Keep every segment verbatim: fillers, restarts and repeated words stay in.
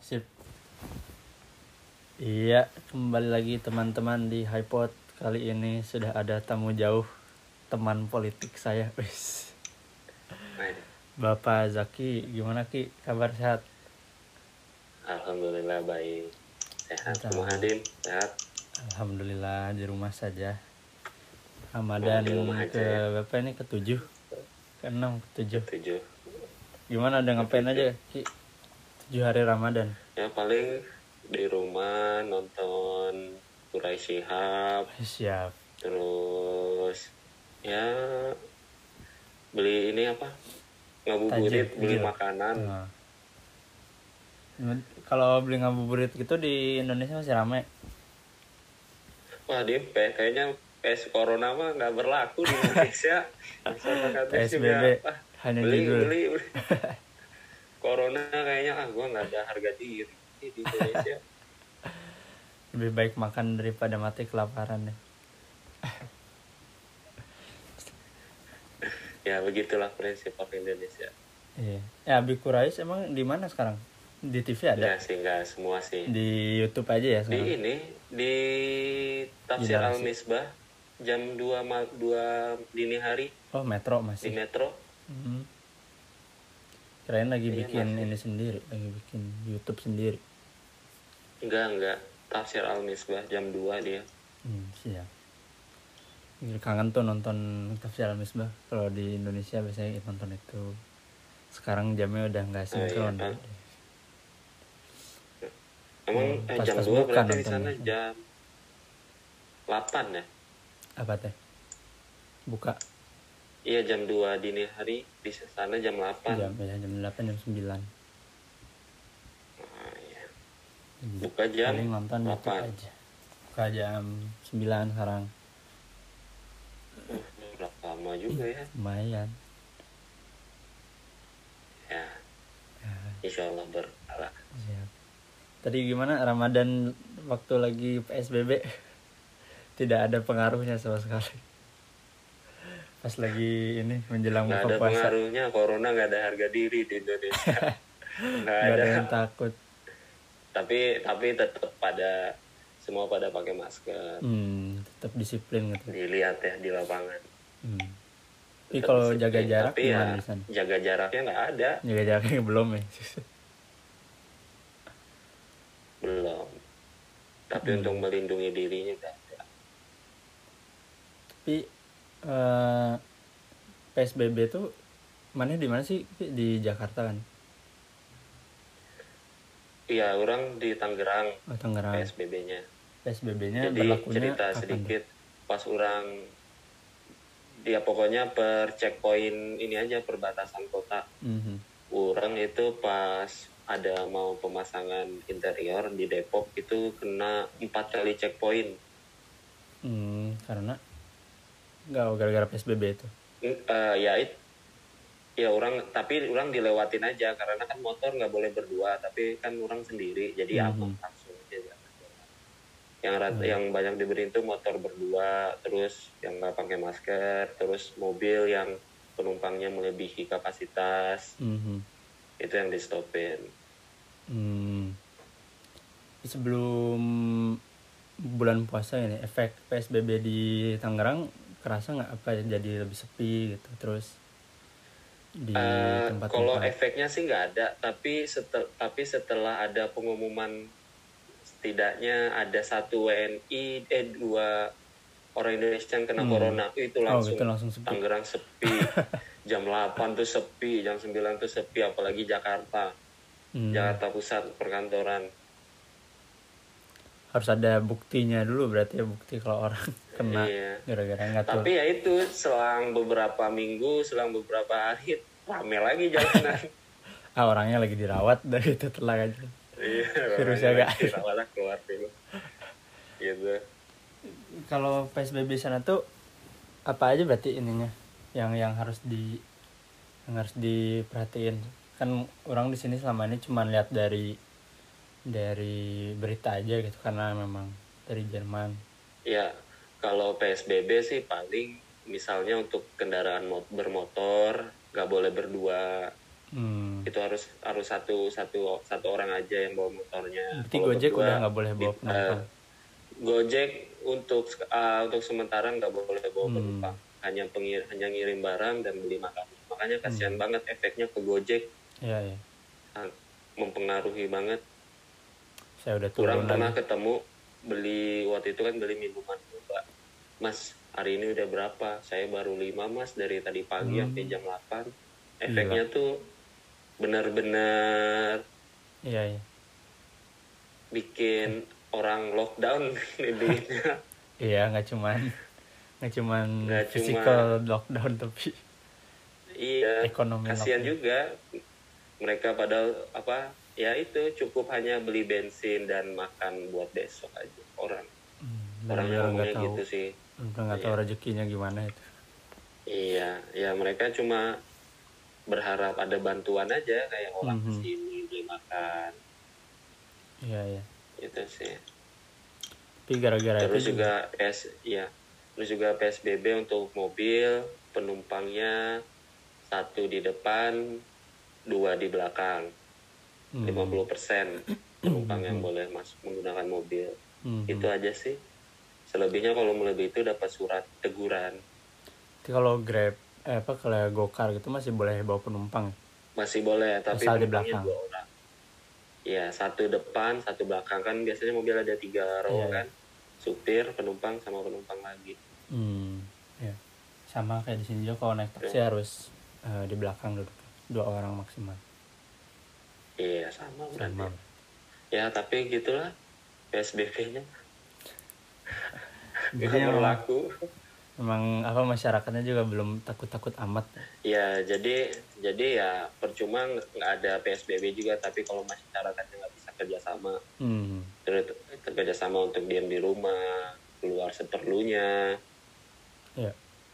Sip. Iya, kembali lagi teman-teman di HiPod. Kali ini sudah ada tamu jauh, teman politik saya. Wis. Bapak Zaki, gimana Ki? Kabar sehat? Alhamdulillah baik. Sehat. Semua hadir sehat. Alhamdulillah di rumah saja. Ramadan oh, ke berapa ini? Ketujuh? Keenam, ketujuh. Ketujuh. Gimana, ada ngapain aja Ki? Tujuh hari Ramadan. Ya paling di rumah nonton Quraisy Shihab. Siap. Terus ya beli ini apa? Ngabuburit, Tajil, beli tajil. makanan. Nah. Kalau beli ngabuburit gitu di Indonesia masih ramai. Wah, di P kayaknya P S Corona mah nggak berlaku di Indonesia. P S B B juga, hanya beli, judul. Beli, beli. Corona kayaknya ah gue nggak ada harga diri di Indonesia. Lebih baik makan daripada mati kelaparan ya. Ya begitulah prinsip orang Indonesia. Iya. Ya Abi Quraisy emang di mana sekarang? Di T V ada? Enggak sih, enggak semua sih. Di YouTube aja ya sekarang? Di ini, di Tafsir Al-Misbah jam dua, dua dini hari. Oh, Metro masih? Di Metro. Hmm. Kirain lagi iya, bikin masih. Ini sendiri, lagi bikin YouTube sendiri. Enggak, enggak. Tafsir Al-Misbah jam dua dia. Hmm, siap. Kangen tuh nonton Tafsir Al-Misbah. Kalau di Indonesia biasanya nonton itu. Sekarang jamnya udah nggak sinkron. Oh, iya, emang hmm, eh, jam dua berarti di sana jam delapan ya? Apa teh? Buka. Iya, jam dua dini hari, di sana jam delapan. Jam ya, jam delapan, jam sembilan. Ah, iya. Buka jam paling nonton delapan aja. Buka jam sembilan sekarang. Udah lama juga ya. Lumayan. Ya. ya. Insya Allah berkala. Siap. Tadi gimana Ramadan waktu lagi P S B B? Tidak ada pengaruhnya sama sekali. Pas lagi ini menjelang buka puasa. Nggak ada pengaruhnya, corona nggak ada harga diri di Indonesia. Nggak ada. ada yang takut. Tapi tapi tetap pada semua pada pakai masker. Hmm, tetap disiplin gitu. Dilihat ya di lapangan. Hmm. Tapi kalau jaga jarak tapi gimana ya, di sana? Jaga jaraknya nggak ada. Jaga jaraknya belum ya. Belum. Tapi hmm. untuk melindungi dirinya nggak ada. Tapi uh, P S B B tuh mana di mana sih? Di Jakarta kan? Iya, orang di Tangerang. Oh, Tangerang. P S B B-nya. P S B B-nya jadi cerita sedikit tuh? Pas orang dia pokoknya per checkpoint ini aja, perbatasan kota. Mm-hmm. Orang itu pas ada mau pemasangan interior di Depok itu kena empat kali checkpoint. Hmm, karena nggak gara-gara P S B B itu? Uh, ya itu ya orang, tapi orang dilewatin aja karena kan motor nggak boleh berdua, tapi kan orang sendiri jadi mm-hmm. apa langsung aja. Yang mm-hmm. yang banyak diberi itu motor berdua, terus yang nggak pakai masker, terus mobil yang penumpangnya melebihi kapasitas. Mm-hmm. Itu yang di stopin. Hmm. Sebelum bulan puasa ini efek P S B B di Tangerang kerasa nggak apa ya, jadi lebih sepi gitu terus di uh, tempat-tempat. Kalau efeknya sih nggak ada, tapi setel, tapi setelah ada pengumuman setidaknya ada satu W N I eh dua orang Indonesia yang kena hmm. corona itu langsung, oh, itu langsung sepi. Tangerang sepi. Jam delapan tuh sepi, jam sembilan tuh sepi, apalagi Jakarta. Hmm. Jakarta Pusat perkantoran. Harus ada buktinya dulu berarti ya, bukti kalau orang kena iya. gara-gara ngatur. Tapi ya itu selang beberapa minggu, selang beberapa hari rame lagi jalanan. Ah, orangnya lagi dirawat dari itu telah aja. Iya, virusnya agak dirawat keluar dulu. Gitu. Kalau P S B B sana tuh apa aja berarti ininya yang yang harus di yang harus diperhatiin? Kan orang di sini selama ini cuma lihat dari dari berita aja gitu karena memang dari Jerman. Ya, kalau P S B B sih paling misalnya untuk kendaraan bermotor nggak boleh berdua. Hmm. itu harus harus satu satu satu orang aja yang bawa motornya. Berarti Kalau Gojek berdua, udah nggak boleh bawa di- penumpang. eh, Gojek untuk uh, untuk sementara nggak boleh bawa Hmm. penumpang, hanya pengir hanya ngirim barang dan beli makan. Makanya kasihan Hmm. banget efeknya ke Gojek, Iya, iya. sangat mempengaruhi banget. Saya udah Kurang turun pernah lagi. ketemu beli waktu itu kan beli minuman boba. Mas, hari ini udah berapa? Saya baru lima mas dari tadi pagi Hmm. sampai jam delapan. Efeknya tuh benar-benar Iya, iya. bikin orang lockdown intinya. Iya, nggak cuman nggak cuman Nggak cuma- physical lockdown tapi Iya, ekonomi kasihan lockdown. juga mereka padahal apa ya itu cukup hanya beli bensin dan makan buat besok aja orang. Hmm, Orang benar-benar nggak ngomongnya tahu, gitu sih. udah nggak tahu rezekinya gimana itu. Iya, ya mereka cuma berharap ada bantuan aja kayak orang Mhm. kesini beli makan Iya, iya. gitu sih. Tapi gara-gara Terus itu juga, juga P S ya, terus juga P S B B untuk mobil penumpangnya satu di depan, dua di belakang, hmm, lima puluh persen penumpang yang boleh masuk menggunakan mobil. mhm. Itu aja sih. Selebihnya kalau melebihi itu dapat surat teguran. Tapi kalau Grab eh, apa kalau Gokar gitu masih boleh bawa penumpang. Masih boleh, tapi Asal di penumpangnya belakang. dua orang. Ya, satu depan, satu belakang kan biasanya mobil ada tiga row Iya. kan. Supir, penumpang sama penumpang lagi. Hmm, ya. Sama kayak di sini juga kalau naik taksi harus eh, di belakang duduk dua orang maksimal. Iya, sama berarti. Sama. Ya, tapi gitulah P S B B-nya. Jadi Gak memang, berlaku. memang apa masyarakatnya juga belum takut-takut amat. Ya, jadi jadi ya percuma nggak ada P S B B juga, tapi kalau masyarakatnya nggak bisa kerjasama, Hmm. terus kerjasama untuk diam di rumah, keluar seperlunya. Ya.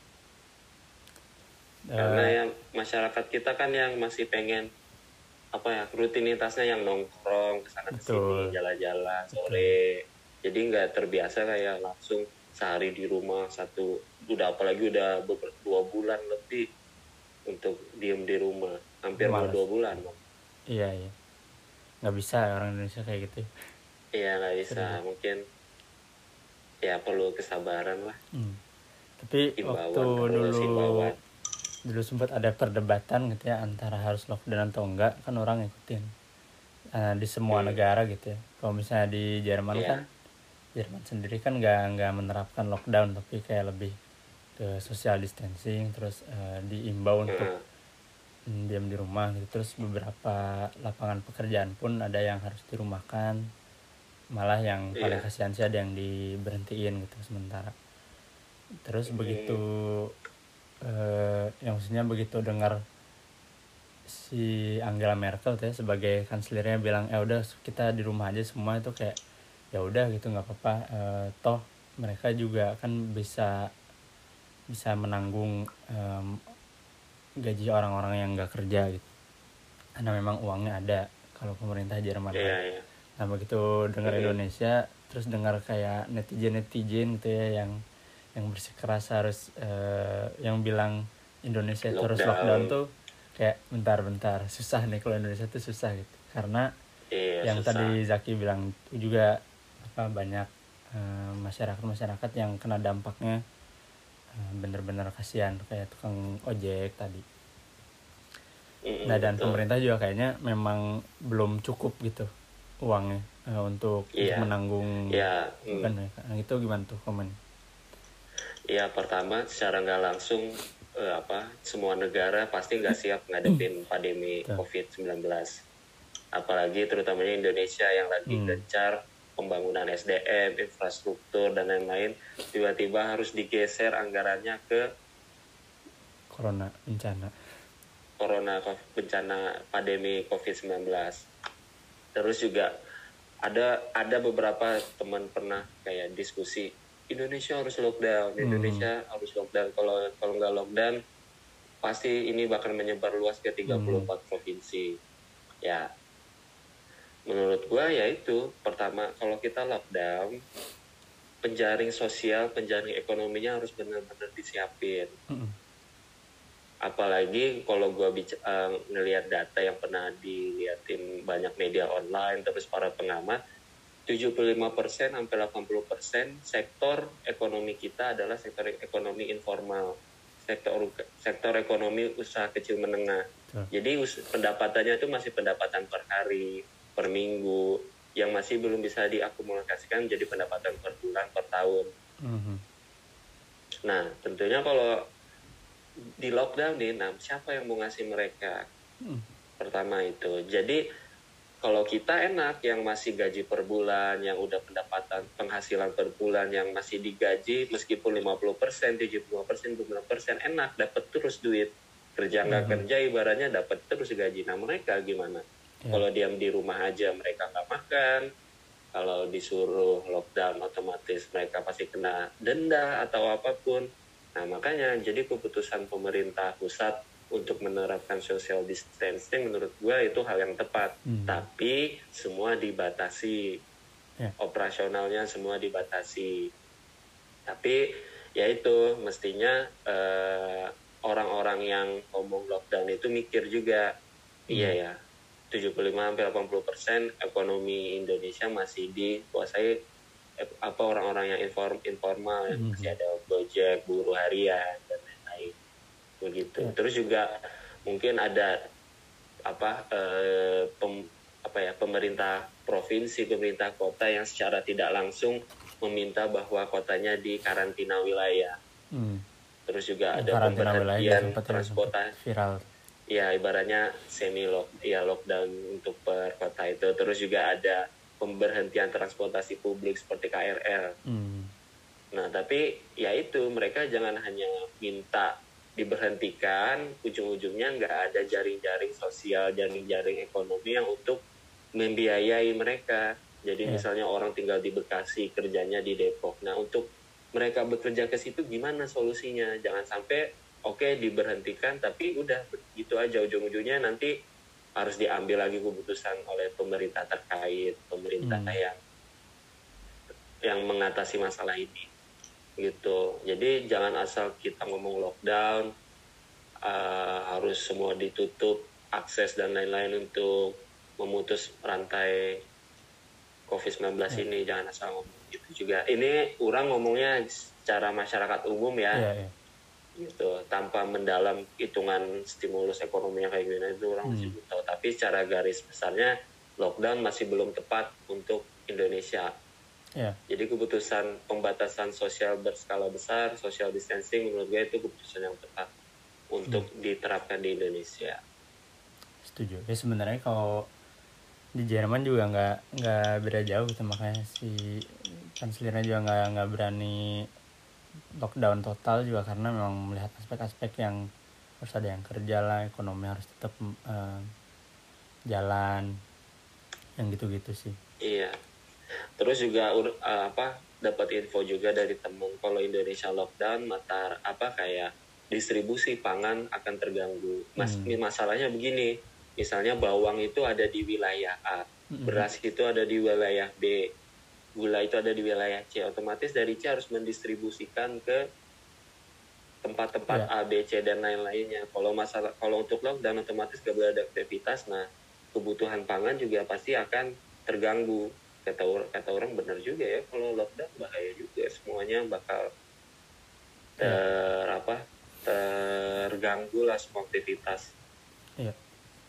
Karena Eh, yang masyarakat kita kan yang masih pengen apa ya rutinitasnya yang nongkrong kesana Betul. kesini jalan-jalan sore, jadi nggak terbiasa kayak langsung sehari di rumah satu udah apalagi udah beber- dua bulan lebih untuk diem di rumah hampir mau Malas. dua bulan. iya, iya. Nggak bisa orang Indonesia kayak gitu. Iya nggak bisa Serius. mungkin ya perlu kesabaran lah. Hmm. Tapi Himbauan waktu terus, dulu himbauan. dulu sempat ada perdebatan gitu ya antara harus lockdown atau enggak, kan orang ngikutin eh, di semua Hmm. negara gitu ya. Kalau misalnya di Jerman Iya. kan Jerman sendiri kan nggak nggak menerapkan lockdown tapi kayak lebih ke social distancing, terus eh, diimbau untuk Heeh. mm, diam di rumah gitu. Terus beberapa lapangan pekerjaan pun ada yang harus dirumahkan, malah yang paling Iya. kasihan sih ada yang diberhentiin gitu sementara. Terus Hmm. begitu eh, yang maksudnya begitu dengar si Angela Merkel tuh ya sebagai kanselernya bilang ya udah kita di rumah aja semua, itu kayak ya udah gitu nggak apa-apa. Eh, toh mereka juga kan bisa bisa menanggung em, gaji orang-orang yang nggak kerja gitu karena memang uangnya ada kalau pemerintah Jerman Iya kan. iya. Nah begitu dengar Mhm. Indonesia terus dengar kayak netizen netizen gitu ya yang yang bersikeras harus eh, yang bilang Indonesia itu harus Lockdown. lockdown tuh kayak bentar-bentar susah nih kalau Indonesia tuh susah gitu karena Iya, yang susah. tadi Zaki bilang juga apa banyak eh, masyarakat-masyarakat yang kena dampaknya eh, bener-bener kasihan kayak tukang ojek tadi. Mm-mm, Nah dan betul. pemerintah juga kayaknya memang belum cukup gitu uangnya eh, untuk, untuk Iya. menanggung Ya, mm. beban mereka. Nah, itu gimana tuh komen? Ya pertama secara nggak langsung eh, apa semua negara pasti nggak siap ngadepin pandemi Betul. covid sembilan belas, apalagi terutamanya Indonesia yang lagi Hmm. gencar pembangunan S D M, infrastruktur dan lain-lain, tiba-tiba harus digeser anggarannya ke Corona bencana. corona bencana pandemi covid sembilan belas. Terus juga ada ada beberapa teman pernah kayak diskusi Indonesia harus lockdown, Indonesia hmm. harus lockdown. Kalau kalau nggak lockdown pasti ini bakal menyebar luas ke tiga puluh empat hmm. provinsi. Ya, menurut gua ya itu pertama kalau kita lockdown, penjaring sosial, penjaring ekonominya harus benar-benar disiapin. Hmm. apalagi kalau gue bic- uh, ngelihat data yang pernah diliatin banyak media online terus para pengamat, tujuh puluh lima persen sampai delapan puluh persen sektor ekonomi kita adalah sektor ekonomi informal, sektor sektor ekonomi usaha kecil menengah. Hmm. Jadi us- pendapatannya itu masih pendapatan per hari, per minggu, yang masih belum bisa diakumulasikan jadi pendapatan per bulan, per tahun. Hmm. Nah, tentunya kalau di lockdown nih, nah siapa yang mau ngasih mereka? Hmm. Pertama itu. Jadi kalau kita enak yang masih gaji per bulan, yang udah pendapatan penghasilan per bulan yang masih digaji meskipun lima puluh persen, tujuh puluh persen, dua puluh persen enak, dapat terus duit. Kerja nggak hmm. kerja ibaratnya dapat terus gaji. Nah mereka gimana? Yeah. Kalau diam di rumah aja mereka nggak makan. Kalau disuruh lockdown otomatis mereka pasti kena denda atau apapun. Nah makanya jadi keputusan pemerintah pusat untuk menerapkan social distancing menurut gue itu hal yang tepat. Hmm. Tapi semua dibatasi, yeah. Operasionalnya semua dibatasi. Tapi ya itu mestinya uh, orang-orang yang ngomong lockdown itu mikir juga, hmm. iya ya tujuh puluh lima sampai delapan puluh persen ekonomi Indonesia masih dikuasai apa orang-orang yang inform informal, hmm. masih ada Gojek, buruh harian dan lain-lain begitu. Yeah. Terus juga mungkin ada apa eh, pem, apa ya pemerintah provinsi, pemerintah kota yang secara tidak langsung meminta bahwa kotanya di karantina wilayah. Hmm. Terus juga ada pemberhentian transportasi viral. Ya ibaratnya semi lock, ya lockdown untuk per kota itu. Terus juga ada pemberhentian transportasi publik seperti K R L. Hmm. Nah tapi ya itu mereka jangan hanya minta diberhentikan, ujung-ujungnya nggak ada jaring-jaring sosial, jaring-jaring ekonomi yang untuk membiayai mereka. Jadi yeah. misalnya orang tinggal di Bekasi, kerjanya di Depok. Nah untuk mereka bekerja ke situ gimana solusinya? Jangan sampai oke okay, diberhentikan, tapi udah gitu aja ujung-ujungnya nanti harus diambil lagi keputusan oleh pemerintah terkait, pemerintah hmm. yang yang mengatasi masalah ini. Gitu. Jadi jangan asal kita ngomong lockdown uh, harus semua ditutup akses dan lain-lain untuk memutus rantai covid sembilan belas yeah. ini. Jangan asal ngomong gitu juga. Ini orang ngomongnya secara masyarakat umum ya. Yeah, yeah. Gitu, tanpa mendalam hitungan stimulus ekonominya kayak gimana itu orang hmm. masih belum tahu. Tapi secara garis besarnya lockdown masih belum tepat untuk Indonesia. Yeah. Jadi keputusan pembatasan sosial berskala besar, social distancing menurut gue itu keputusan yang tepat untuk hmm. diterapkan di Indonesia. Setuju. Ya sebenarnya kalau di Jerman juga nggak nggak beda jauh gitu, makanya si kanselirnya juga nggak nggak berani lockdown total juga karena memang melihat aspek-aspek yang harus ada yang kerja lah, ekonomi harus tetap uh, jalan, yang gitu-gitu sih. Iya. Terus juga uh, apa dapat info juga dari temen kalau Indonesia lockdown mata apa kayak distribusi pangan akan terganggu. Mas hmm. masalahnya begini, misalnya bawang itu ada di wilayah A, hmm. beras itu ada di wilayah B, gula itu ada di wilayah C, otomatis dari C harus mendistribusikan ke tempat-tempat yeah. A, B, C dan lain-lainnya. Kalau masalah kalau untuk lockdown otomatis gak boleh ada aktivitas, nah kebutuhan pangan juga pasti akan terganggu. Kata orang, kata orang benar juga ya, kalau lockdown bahaya juga, semuanya bakal ter yeah. apa terganggu lah semua aktivitas. Iya. Yeah.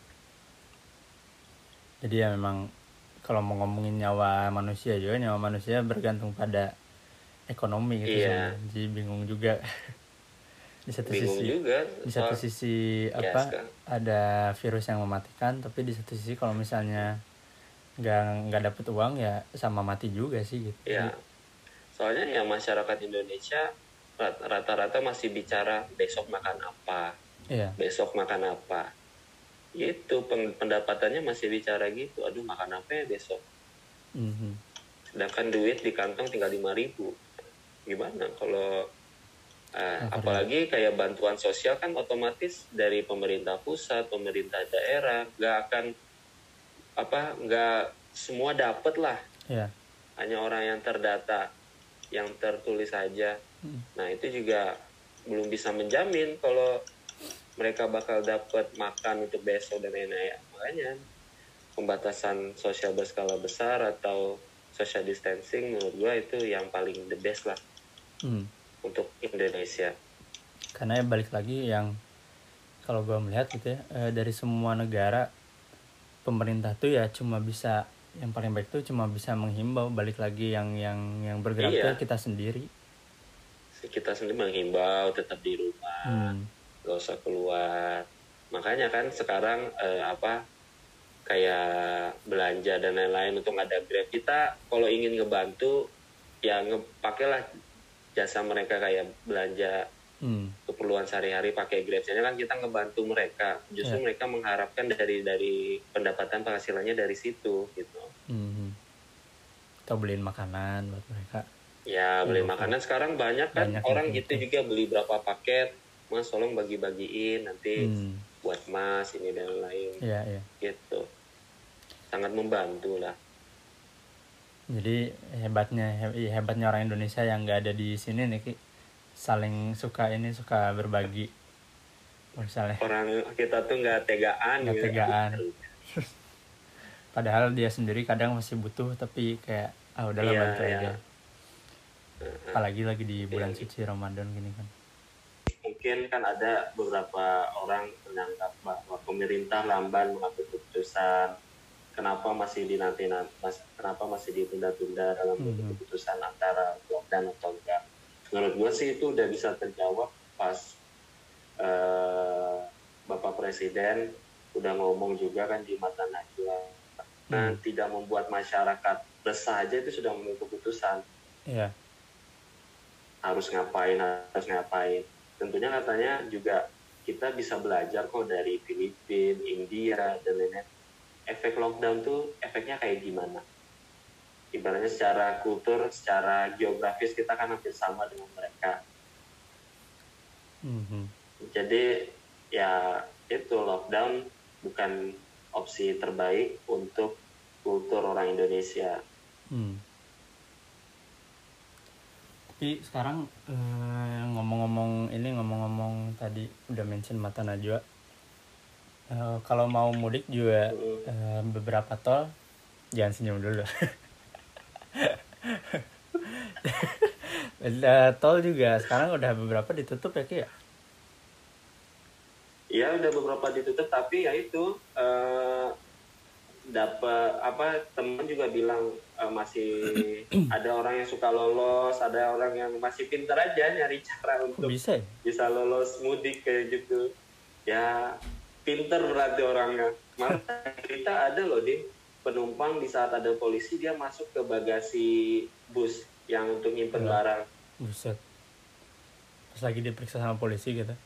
Jadi ya memang kalau mau ngomongin nyawa manusia juga, nyawa manusia bergantung pada ekonomi gitu. Yeah. Jadi bingung juga. Di satu bingung sisi juga. Di satu sisi apa yes, kan? Ada virus yang mematikan, tapi di satu sisi kalau misalnya nggak nggak dapet uang ya sama mati juga sih gitu. Ya, soalnya yang masyarakat Indonesia rata-rata masih bicara besok makan apa, ya. besok makan apa, itu pendapatannya masih bicara gitu. Aduh makan apa ya besok? Mm-hmm. Sedangkan duit di kantong tinggal lima ribu. Gimana kalau uh, apalagi kayak bantuan sosial kan otomatis dari pemerintah pusat, pemerintah daerah nggak akan apa nggak semua dapet lah, yeah. hanya orang yang terdata, yang tertulis saja. Hmm. Nah itu juga belum bisa menjamin kalau mereka bakal dapat makan untuk besok dan lain-lain. Makanya pembatasan sosial berskala besar atau social distancing menurut gue itu yang paling the best lah hmm. untuk Indonesia. Karena balik lagi yang kalau gue melihat gitu ya, eh, dari semua negara pemerintah tuh ya cuma bisa, yang paling baik tuh cuma bisa menghimbau. Balik lagi yang yang yang bergerak Iya. tuh kita sendiri. Kita sendiri menghimbau tetap di rumah, hmm. gak usah keluar. Makanya kan sekarang eh, apa kayak belanja dan lain-lain untuk ada Grab, kita kalau ingin ngebantu ya ngepakailah jasa mereka kayak belanja hmm. keperluan sehari-hari pakai Grab. Jadi kan kita ngebantu mereka. Justru yeah. mereka mengharapkan dari dari pendapatan penghasilannya dari situ gitu. Hmm. Atau beliin makanan buat mereka. Ya beli makanan sekarang banyak kan banyak orang gitu itu. Juga beli berapa paket, mas tolong bagi-bagiin nanti hmm. buat mas ini dan lain ya, ya. Gitu sangat membantu lah. Jadi hebatnya hebatnya orang Indonesia yang nggak ada di sini nih Ki, saling suka ini suka berbagi. Misalnya orang kita tuh nggak tegaan nggak tegaan padahal dia sendiri kadang masih butuh tapi kayak ah udahlah iya, bantu iya. aja. Apalagi lagi di bulan ya, suci Ramadan gini kan. Mungkin kan ada beberapa orang menganggap bahwa pemerintah lamban mengambil keputusan, kenapa masih dinanti-nanti, kenapa masih ditunda-tunda dalam mm-hmm. keputusan antara lockdown atau enggak. Menurut gue sih itu udah bisa terjawab pas uh, Bapak Presiden udah ngomong juga kan di Mata Najwa. Nah, mm. tidak membuat masyarakat resah aja itu sudah mengambil keputusan. Iya. Yeah. harus ngapain, harus ngapain. Tentunya katanya juga kita bisa belajar kok dari Filipina, India, dan lain-lain. Efek lockdown tuh efeknya kayak gimana? Ibaratnya secara kultur, secara geografis kita kan hampir sama dengan mereka. Mm-hmm. Jadi ya itu lockdown bukan opsi terbaik untuk kultur orang Indonesia. Mm. Tapi sekarang eh, ngomong-ngomong ini ngomong-ngomong tadi udah mention Mata Najwa, eh, kalau mau mudik juga eh, beberapa tol, jangan senyum dulu. Tol juga sekarang udah beberapa ditutup ya Ki ya? Iya udah beberapa ditutup, tapi ya itu eh, dapat apa teman juga bilang uh, masih ada orang yang suka lolos, ada orang yang masih pintar aja nyari cara untuk bisa bisa lolos mudik kayak gitu. Ya pintar berarti orangnya. Maka kita ada loh di penumpang di saat ada polisi dia masuk ke bagasi bus yang untuk nyimpen ya. Barang. Buset. Pas lagi diperiksa sama polisi gitu.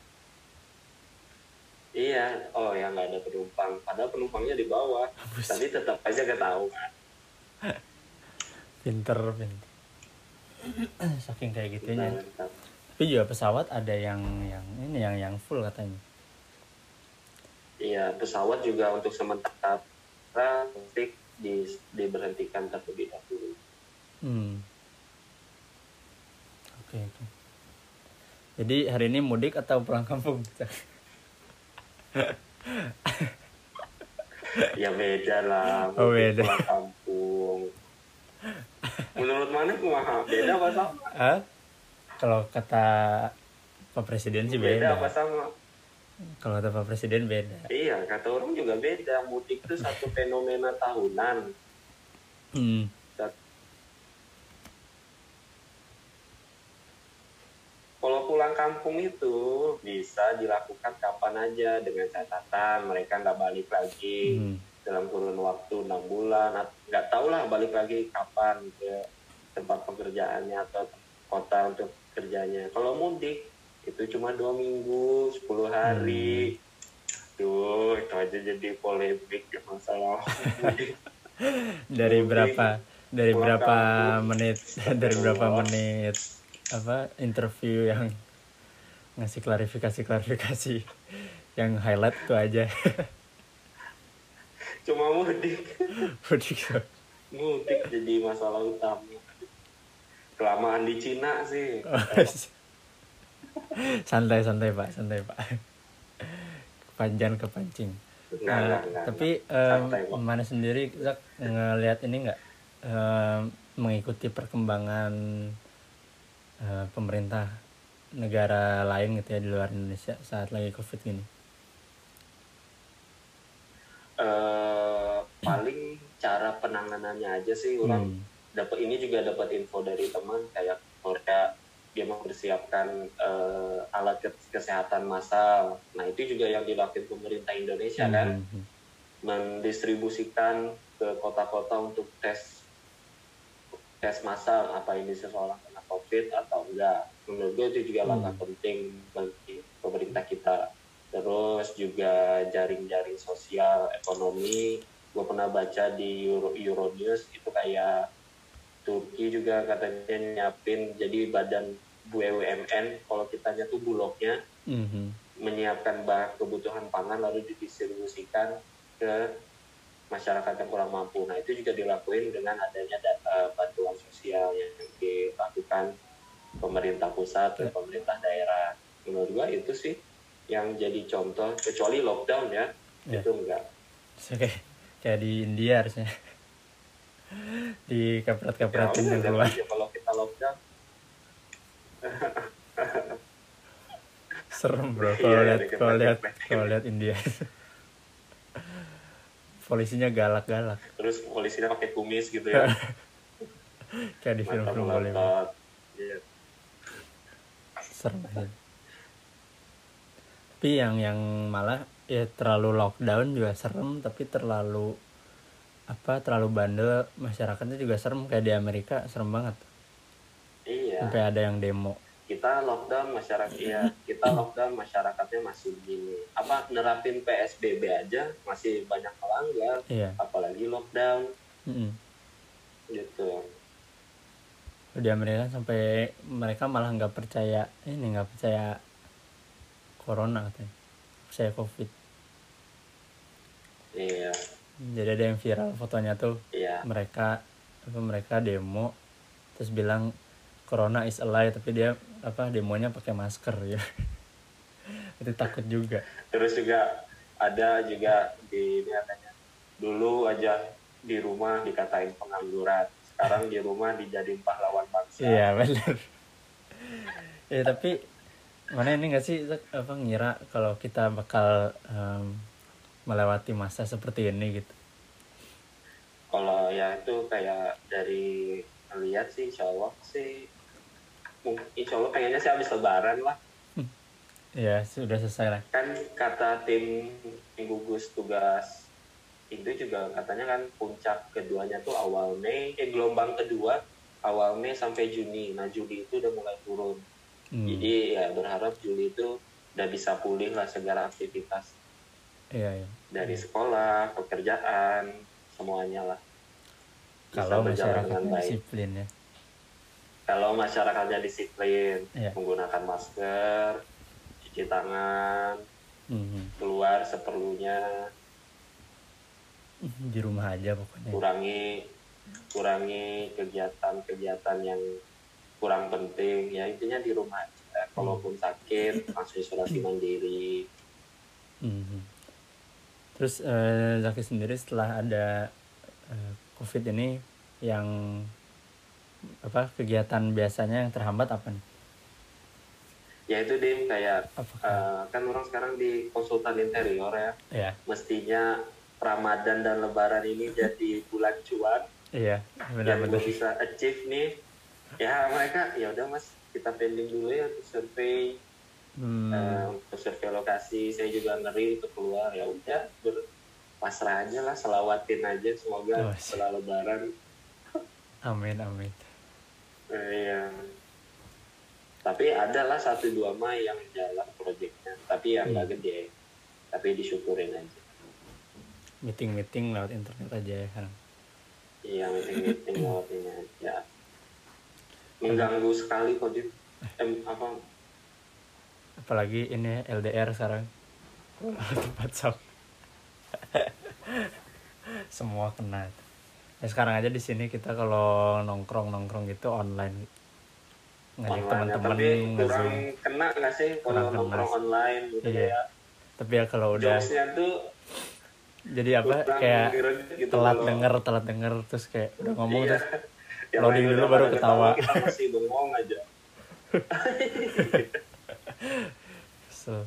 Iya, oh ya nggak ada penumpang, padahal penumpangnya di bawah, tapi tetap aja ketahuan. Pinter, pinter. Saking kayak gitunya. Tapi juga pesawat ada yang yang ini yang yang full katanya. Iya, pesawat juga untuk sementara di, di diberhentikan terlebih dahulu. Hmm. Oke, oke. Jadi hari ini mudik atau pulang kampung? Ya beda lah, oh, beda. Pulang kampung. Menurut mana kumaha? Beda apa sama? Hah? Kalau kata Pak Presiden sih beda. Beda apa sama? Kalau kata Pak Presiden beda. Iya, kata orang juga beda. Mudik itu satu fenomena tahunan. Hmm. Kalau pulang kampung itu bisa dilakukan kapan aja dengan catatan mereka nggak balik lagi hmm. dalam kurun waktu enam bulan, nggak tahu lah balik lagi kapan ke tempat pekerjaannya atau kota untuk kerjanya. Kalau mudik itu cuma dua minggu, sepuluh hari. Hmm. Tuh itu aja jadi polemik masalah mudik. Dari mudik, berapa dari berapa kampung. menit dari berapa menit apa interview yang ngasih klarifikasi-klarifikasi yang highlight tuh aja. Cuma mudik. Mudik. Mudik jadi masalah utama. Kelamaan di Cina sih. Santai-santai Pak, santai Pak. Panjan kepancing. Enggak, Nah, enggak, enggak, tapi enggak. em, Santai kok. mana sendiri Zak ngelihat ini nggak, em, mengikuti perkembangan eh, pemerintah negara lain gitu ya di luar Indonesia saat lagi COVID gini? Eh, paling cara penanganannya aja sih orang Hmm. dapat ini juga dapat info dari teman kayak Korea dia mempersiapkan eh, alat ke- kesehatan massal. Nah itu juga yang dilakukan pemerintah Indonesia kan, Hmm, hmm, mendistribusikan ke kota-kota untuk tes tes massal apa ini seseorang kena COVID atau enggak. Menurut gue itu juga langkah hmm. penting bagi pemerintah kita. Terus juga jaring-jaring sosial ekonomi. Gue pernah baca di Euro, Euronews itu kayak Turki juga katanya nyiapin jadi badan B U M N kalau kitanya tuh bulognya Hmm, hmm. menyiapkan bahan kebutuhan pangan lalu didistribusikan ke masyarakat yang kurang mampu. Nah itu juga dilakuin dengan adanya uh, bantuan sosial yang dilakukan pemerintah pusat dan pemerintah daerah. Menurut gua itu sih yang jadi contoh, kecuali lockdown ya, Ya. itu enggak. Oke, kayak di India harusnya di Ya kapret-kapretin udah yang lihat keluar. aja kalau kita lockdown. Serem bro Iya, kalau ya, lihat kalau lihat dikepret-kepretin. kalau lihat India. Polisinya galak-galak Terus polisinya pakai kumis gitu ya, kayak di mata film-film Bollywood. melotot. Iya. Serem aja. Tapi yang yang malah ya terlalu lockdown juga serem, tapi terlalu apa terlalu bandel masyarakatnya juga serem, kayak di Amerika serem banget. Iya. Sampai ada yang demo. Kita lockdown masyarakat ya kita lockdown masyarakatnya masih gini apa nerapin P S B B aja masih banyak melanggar, Iya. apalagi lockdown. Mm-mm. Gitu. Di Amerika sampai mereka malah nggak percaya ini nggak percaya corona katanya, percaya COVID. Iya. Jadi ada yang viral fotonya tuh, Iya. mereka apa mereka demo terus bilang corona is a lie, tapi dia apa demonya pakai masker ya. Itu takut juga. Terus juga ada juga di ini katanya dulu aja di rumah dikatain pengangguran, sekarang di rumah dijadiin pahlawan bangsa. Iya benar. Ya tapi mana ini nggak sih apa ngira kalau kita bakal um, melewati masa seperti ini gitu? Kalau ya itu kayak dari lihat sih insya Allah sih insya Allah pengennya sih habis lebaran lah. Ya sudah selesai lah. Kan kata tim tim gugus tugas itu juga katanya kan puncak keduanya tuh awal Mei, eh gelombang kedua awal Mei sampai Juni. Nah Juli itu udah mulai turun. Hmm. Jadi ya berharap Juli itu udah bisa pulih lah segala aktivitas. Iya, iya. Dari sekolah, pekerjaan, semuanya lah. Kalau masyarakatnya disiplin ya. Kalau masyarakatnya disiplin, iya. Menggunakan masker, cuci tangan, mm-hmm. keluar seperlunya, di rumah aja pokoknya. Kurangi, kurangi kegiatan-kegiatan yang kurang penting. Ya intinya di rumah aja. Kalaupun sakit, langsung isolasi mandiri. Mm-hmm. Terus eh, Zaki sendiri setelah ada eh, COVID ini yang apa kegiatan biasanya yang terhambat apa nih? Ya itu Dim kayak uh, kan orang sekarang di konsultan interior ya. Iya. Mestinya Ramadan dan Lebaran ini jadi bulan cuan. Iya. Benar-benar bisa achieve nih. Ya mereka ya udah Mas kita pending dulu ya untuk survei. Hmm. Uh, untuk survei lokasi saya juga ngeri untuk keluar ya udah berpasrah aja lah, selawatin aja semoga oh, setelah Lebaran. Amin amin. Uh, iya. Tapi adalah satu dua Mei yang jalan proyeknya, tapi yang nggak hmm. gede, tapi disyukurin aja. Meeting meeting lewat internet aja ya kan? Iya meeting meeting lewat ini aja. Mengganggu sekali kok Dim. Eh, apa? Apalagi ini L D R sekarang. Tempat shop. Semua kena. Ya sekarang aja di sini kita kalau nongkrong nongkrong gitu online. Ngajak teman-teman. Tapi kurang kena nggak sih kalau nongkrong online gitu iya. Ya? Tapi ya kalau udah jokesnya tuh jadi apa kurang kayak gitu telat kalau denger telat denger terus kayak udah ngomong iya terus yang loading lain dulu udah baru pada ketawa. kita masih bengong aja. So,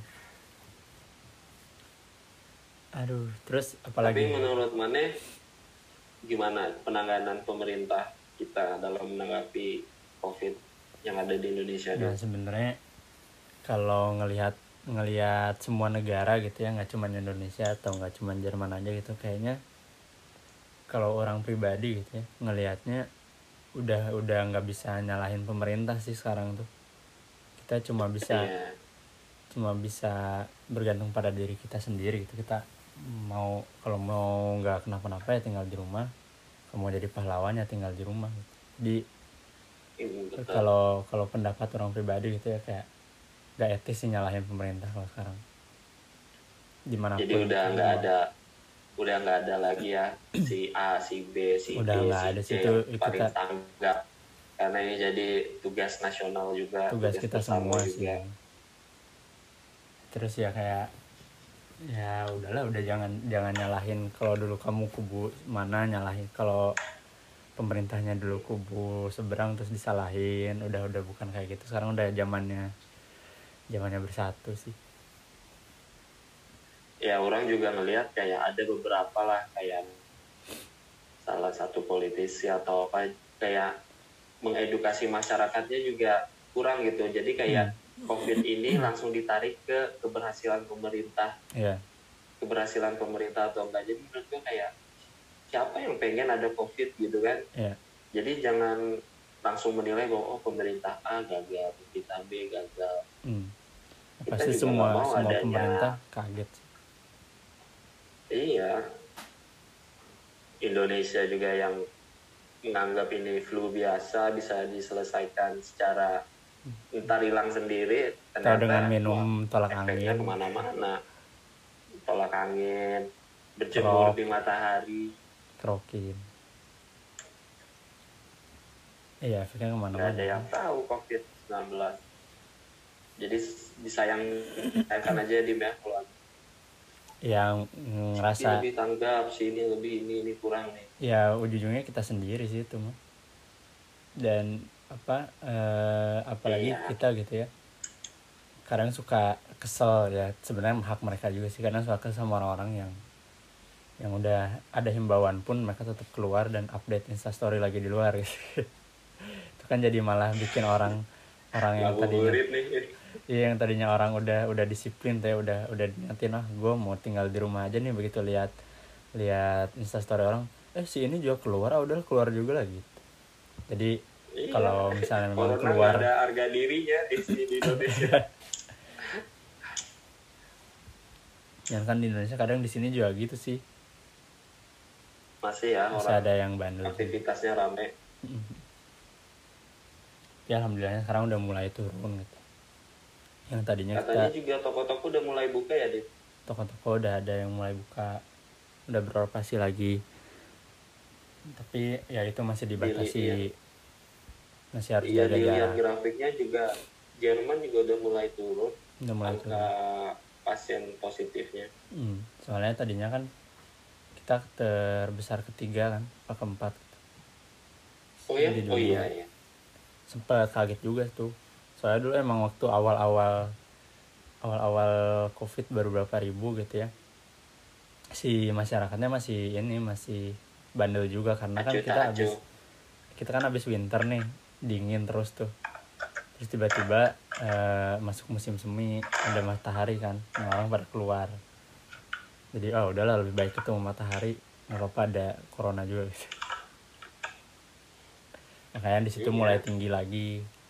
aduh, terus Tapi apalagi? menurut Maneh gimana penanganan pemerintah kita dalam menanggapi COVID yang ada di Indonesia Nah dulu? sebenarnya kalau ngelihat ngelihat semua negara gitu ya, nggak cuma Indonesia atau nggak cuma Jerman aja gitu, kayaknya kalau orang pribadi gitu ya ngelihatnya udah udah nggak bisa nyalahin pemerintah sih sekarang tuh. Kita cuma bisa Iya, cuma bisa bergantung pada diri kita sendiri gitu. Kita mau kalau mau nggak kenapa-napa ya tinggal di rumah, kalau mau jadi pahlawan ya tinggal di rumah gitu. Jadi ini betul. kalau kalau pendapat orang pribadi gitu ya kayak gak etis sih nyalahin pemerintah kalau sekarang dimanapun. Jadi udah gitu, nggak mau. ada udah nggak ada lagi ya si A, si B, si Udah D, nggak si ada C situ, yang itu paling kita tanggap karena ini jadi tugas nasional juga, tugas tugas kita bersama semua juga. sih. Terus ya kayak ya udahlah, udah jangan jangan nyalahin. Kalau dulu kamu kubu mana nyalahin, kalau pemerintahnya dulu kubu seberang terus disalahin, udah udah bukan kayak gitu sekarang, udah zamannya zamannya bersatu sih. Ya orang juga ngelihat kayak ada beberapa lah kayak salah satu politisi atau apa kayak mengedukasi masyarakatnya juga kurang gitu. Jadi kayak hmm. COVID ini langsung ditarik ke keberhasilan pemerintah, yeah. keberhasilan pemerintah atau enggak. Jadi menurut gue kayak siapa yang pengen ada COVID gitu kan? Yeah. Jadi jangan langsung menilai bahwa oh pemerintah A gagal, pemerintah B gagal. hmm. Kita Pasti juga semua nggak mau semua adanya, pemerintah kaget sih. Iya, Indonesia juga yang menganggap ini flu biasa bisa diselesaikan secara entar hilang sendiri, atau ternyata dengan minum wah, tolak efeknya angin, kemana-mana, tolak angin, berjemur di matahari, trokin. Iya, efeknya nggak kemana-mana. ada yang tahu COVID sembilan belas. Jadi disayang sayangkan aja di meh kalau yang si ngerasa lebih tanggap, si ini lebih ini ini kurang nih. ya ujung-ujungnya kita sendiri sih itu mah. Dan apa eh, apalagi Iya. kita gitu ya, kadang suka kesel ya, sebenarnya hak mereka juga sih, kadang suka kesel sama orang-orang yang yang udah ada himbauan pun mereka tetap keluar dan update instastory lagi di luar gitu. Itu kan jadi malah bikin orang orang yang tadinya iya yang tadinya orang udah udah disiplin tuh ya, udah udah niatin ah gue mau tinggal di rumah aja nih, begitu lihat lihat instastory orang, eh si ini juga keluar, ah udah keluar juga lagi gitu. Jadi iya. Kalau misalnya memang Corona keluar ada harga dirinya di sini di Indonesia. yang kan di Indonesia kadang di sini juga gitu sih, masih ya masih orang ada yang bandel aktivitasnya rame. Ya alhamdulillahnya sekarang udah mulai turun gitu. Yang tadinya katanya kita juga toko-toko udah mulai buka ya, Dit? toko-toko udah ada yang mulai buka, udah beroperasi lagi, tapi ya itu masih dibatasi. Iya. Masih harus iya, jaga jarak. Dilihat grafiknya juga Jerman juga udah mulai turun udah mulai angka turun pasien positifnya. hmm, soalnya tadinya kan kita terbesar ketiga kan, apa keempat. Oh ya, oh iya iya. Sempet kaget juga tuh, soalnya dulu emang waktu awal-awal awal-awal COVID baru berapa ribu gitu ya, si masyarakatnya masih ini masih bandel juga karena kan Acuh, kita acuh. habis kita kan habis winter nih, dingin terus tuh, terus tiba-tiba uh, masuk musim semi, ada matahari kan, orang pada keluar, jadi oh udahlah lebih baik ketemu matahari, nggak apa-apa ada corona juga gitu. Makanya di situ Iya. mulai tinggi lagi.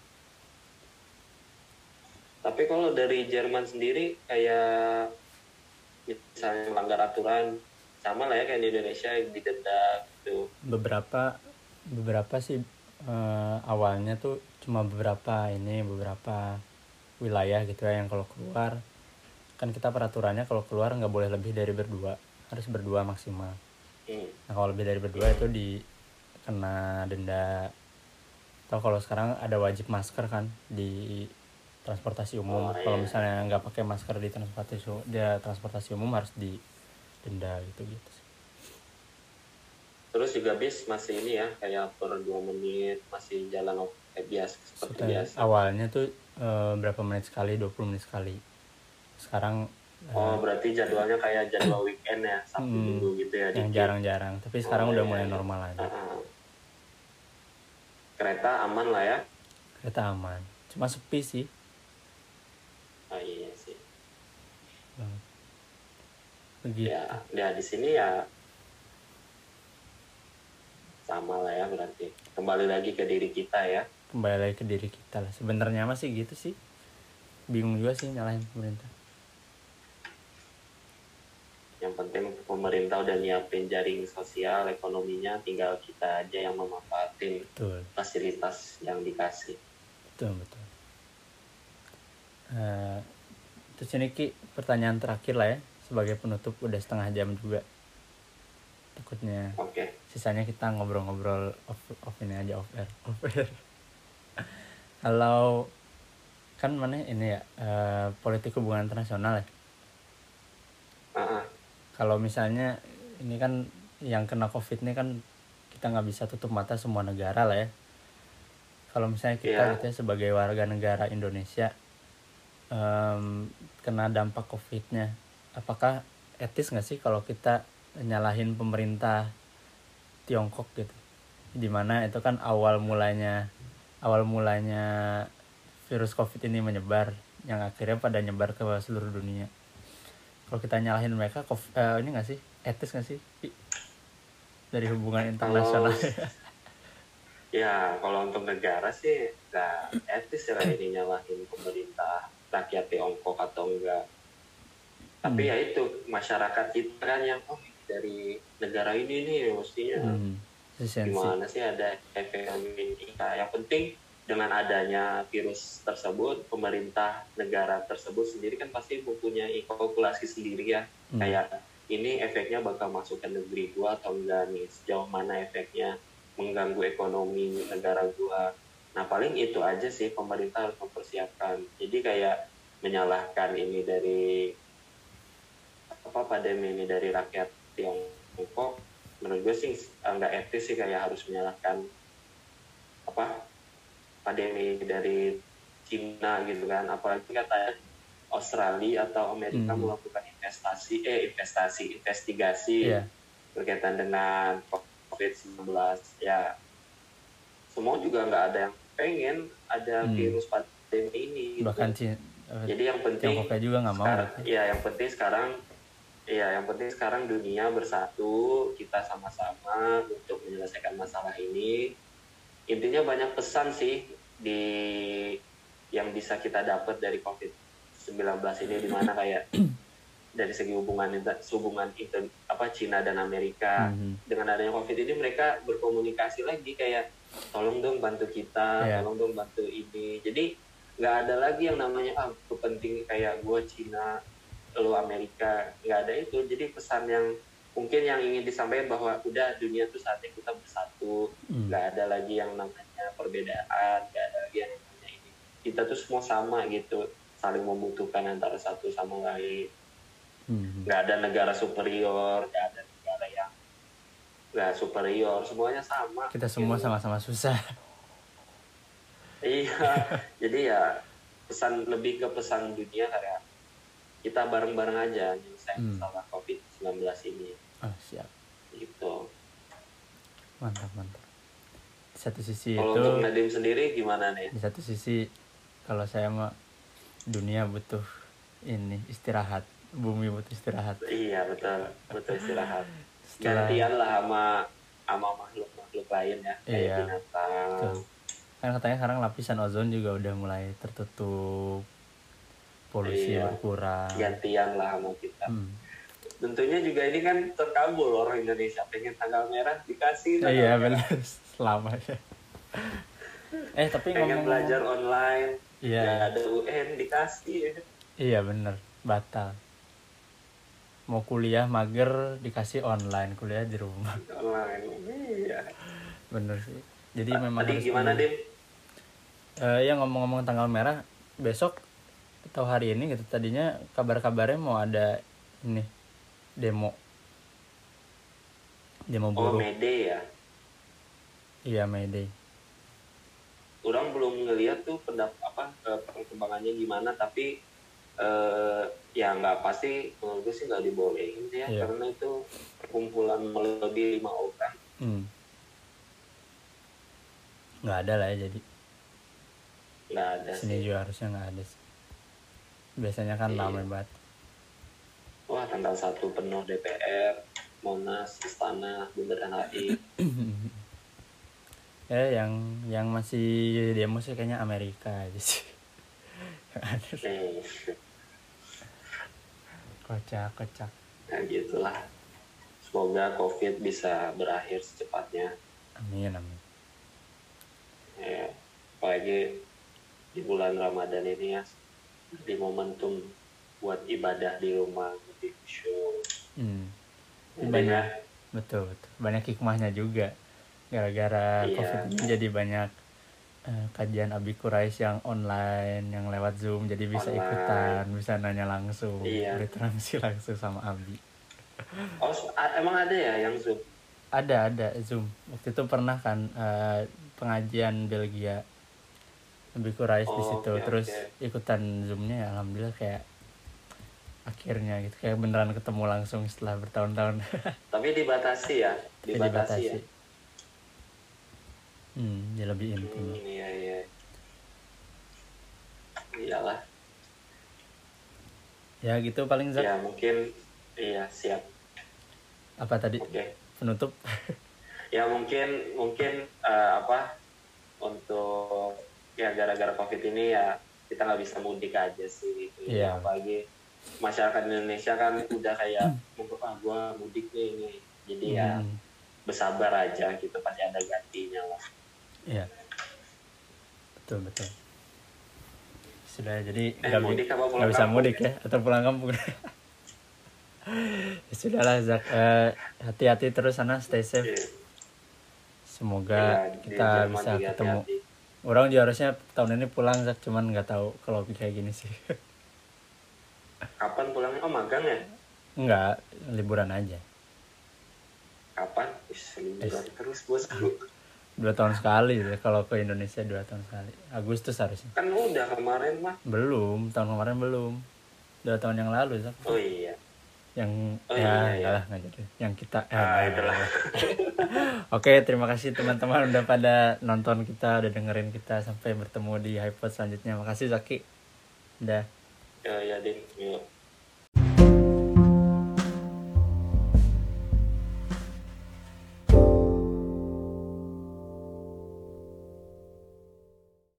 Tapi kalau dari Jerman sendiri kayak misalnya melanggar aturan sama lah ya kayak di Indonesia didenda gitu. Beberapa beberapa sih uh, awalnya tuh cuma beberapa ini beberapa wilayah gitu ya yang kalau keluar kan kita peraturannya kalau keluar nggak boleh lebih dari berdua, harus berdua maksimal. Hmm. Nah kalau lebih dari berdua itu dikena denda. Atau kalau sekarang ada wajib masker kan di transportasi umum. Oh, Kalau iya. misalnya nggak pakai masker di transportasi dia transportasi umum harus didenda gitu gitu sih. Terus juga bis masih ini ya, kayak per dua menit masih jalan kayak biasa seperti Setelah, biasa. awalnya tuh e, berapa menit sekali, dua puluh menit sekali. Sekarang Oh, e, berarti jadwalnya kayak jadwal weekend ya, Sabtu hmm, Minggu gitu ya, yang dikit. jarang-jarang. Tapi sekarang Oh, udah iya, mulai iya. normal lagi. Uh-uh. Kereta aman lah ya. Kereta aman, cuma sepi sih. Oh iya sih. Hmm. Begitu. Ya, ya di sini ya sama lah ya, berarti kembali lagi ke diri kita ya. Kembali lagi ke diri kita lah. Sebenarnya masih gitu sih. Bingung juga sih nyalahin pemerintah. Yang penting pemerintah udah nyiapin jaring sosial, ekonominya, tinggal kita aja yang memanfaatin Betul. fasilitas yang dikasih. Betul, betul. Uh, terus ini Ki, pertanyaan terakhir lah ya, sebagai penutup, udah setengah jam juga. Takutnya Oke. Okay. Sisanya kita ngobrol-ngobrol off, off ini aja, off air. Off air. Kalau kan mana ini ya, uh, politik hubungan internasional ya. Uh-uh. Kalau misalnya ini kan yang kena COVID ini kan kita nggak bisa tutup mata semua negara lah ya. Kalau misalnya kita yeah. gitu ya, sebagai warga negara Indonesia um, kena dampak COVID-nya, apakah etis nggak sih kalau kita nyalahin pemerintah Tiongkok gitu? Dimana itu kan awal mulanya awal mulanya virus COVID ini menyebar, yang akhirnya pada nyebar ke seluruh dunia. Kalau kita nyalahin mereka, uh, ini nggak sih, etis nggak sih dari hubungan internasional? Kalau, ya kalau untuk negara sih nggak etis ya ini nyalahin pemerintah rakyat Tiongkok atau enggak. Tapi hmm. ya itu masyarakat kita kan yang oh dari negara ini nih mestinya hmm. gimana sih ada efek ini. Nah, yang penting dengan adanya virus tersebut, pemerintah negara tersebut sendiri kan pasti mempunyai kalkulasi sendiri ya. Hmm. Kayak ini efeknya bakal masuk ke negeri gua atau enggak nih, sejauh mana efeknya mengganggu ekonomi negara gua. Nah paling itu aja sih pemerintah harus mempersiapkan. Jadi kayak menyalahkan ini dari apa pandemi ini dari rakyat Tiongkok, menurut gue sih nggak etis sih, kayak harus menyalahkan apa pandemi dari Cina gitu kan. Apalagi katanya Australia atau Amerika hmm. melakukan investasi eh investasi investigasi yeah. berkaitan dengan covid sembilan belas ya. Semua juga nggak ada yang pengen ada hmm. virus pandemi ini gitu. Bahkan Cina, jadi yang penting juga nggak mau sekarang, ya yang penting sekarang ya yang penting sekarang dunia bersatu, kita sama-sama untuk menyelesaikan masalah ini. Intinya banyak pesan sih di yang bisa kita dapat dari covid sembilan belas ini, di mana kayak dari segi hubungan hubungan inter, apa Cina dan Amerika. Mm-hmm. Dengan adanya covid ini mereka berkomunikasi lagi kayak tolong dong bantu kita, yeah. tolong dong bantu ini. Jadi nggak ada lagi yang namanya ah kepentingan kayak gue Cina, lo Amerika, nggak ada itu. Jadi pesan yang mungkin yang ingin disampaikan bahwa udah dunia tuh saatnya kita bersatu, nggak mm. ada lagi yang namanya perbedaan, nggak ada lagi yang namanya ini. Kita tuh semua sama gitu, saling membutuhkan antara satu sama lain. Mm. Nggak ada negara superior, nggak ada negara yang nggak superior, semuanya sama. Kita semua gitu. Sama-sama susah. Iya, jadi ya pesan lebih ke pesan dunia kayak kita bareng-bareng aja nyelesain hmm. masalah covid sembilan belas ini. Oh, siap. Gitu. Mantap, mantap. Di satu sisi kalau itu... Kalau untuk Nadim sendiri gimana nih? Di satu sisi, kalau saya mah dunia butuh ini, istirahat. Bumi butuh istirahat. Iya, betul. Butuh istirahat. Setelah... Gantian lah sama, sama makhluk-makhluk lain ya. Kayak iya, binatang. Betul. Kan katanya sekarang lapisan ozon juga udah mulai tertutup. Polusi iya, berkurang. Gantian lah sama kita. Hmm. Tentunya juga ini kan terkabul orang Indonesia pengen tanggal merah dikasih. Eh, iya benar, selama ya. eh tapi pengen ngomong belajar online, iya. Ya ada U N dikasih. Iya benar, batal. Mau kuliah mager dikasih online, kuliah di rumah. Online, iya. Bener sih. Jadi A- memang tadi gimana Dim? Uh, ya ngomong-ngomong tanggal merah. besok atau hari ini gitu, tadinya kabar-kabarnya mau ada ini demo demo Oh, buruh. May Day ya. Iya, May Day. Orang belum ngeliat tuh pendap apa eh, perkembangannya gimana, tapi eh, ya nggak pasti, menurut gue sih nggak dibolehin ya, Iya. karena itu perkumpulan melebihi lima orang. Hmm. Nggak ada lah ya, jadi Nggak ada sini sih. juga harusnya nggak ada sih. Biasanya kan Iya. ramai banget. Wah, tanggal satu penuh D P R, Monas, Istana, Bundaran H I. Ya yang yang masih demo sih kayaknya Amerika aja sih. Yang ada Nih, kocak-kocak. nah gitulah. Semoga COVID bisa berakhir secepatnya. Amin amin. Ya, apalagi di bulan Ramadan ini ya, di momentum buat ibadah di rumah, lebih khusyuk. Hmm. Jadi Banyak, ya, betul betul. Banyak hikmahnya juga. Gara-gara Iya. COVID ini jadi banyak eh, kajian Abi Quraisy yang online, yang lewat Zoom, jadi bisa Online. ikutan, bisa nanya langsung, Iya. berinteraksi langsung sama Abi. Oh, a- emang ada ya yang Zoom? Ada ada Zoom. Waktu itu pernah kan eh, pengajian Belgia Abi Quraisy di Oh, situ, oke, terus oke. ikutan Zoomnya ya, alhamdulillah kayak akhirnya gitu kayak beneran ketemu langsung setelah bertahun-tahun. Tapi dibatasi ya, Tapi dibatasi ya. Hmm, ya lebih intim. Hmm, iya iya. Iyalah. Ya gitu paling Zak. Ya mungkin iya siap. Apa tadi? Oke. Penutup. Ya mungkin mungkin eh, apa untuk ya gara-gara COVID ini ya kita nggak bisa mudik aja sih. Gitu. Iya. Apalagi masyarakat Indonesia kan udah kayak mungkin ah gua mudik nih ini. Jadi ya Hmm. bersabar aja gitu, pasti ada gantinya lah. Iya. Betul betul. Sudah jadi Eh, nggak mudik bi- apa pulang nggak bisa kampung mudik ya? ya atau pulang kampung. Ya sudahlah Zak. Eh, hati-hati terus sana, stay safe. Iya. Semoga Iya, di kita Jerman bisa juga ketemu. hati-hati. Orang juga harusnya tahun ini pulang Zak, cuman nggak tahu kalau kayak gini sih. Kapan pulangnya? Oh magang ya? Enggak, liburan aja. Kapan? Wis liburan terus bosku. Dua tahun sekali ya, kalau ke Indonesia dua tahun sekali. Agustus harusnya. Kan udah kemarin mah. Belum, tahun kemarin belum. Dua tahun yang lalu Zak. Oh iya. Yang Oh, ya iya, enggak iya. lah, nggak jadi. Yang kita eh, Ah, nggak, itulah. nggak. Oke, terima kasih teman-teman udah pada nonton kita, udah dengerin kita, sampai bertemu di iPod selanjutnya. Makasih Zaki. Udah. Ya ya Din. Yuk.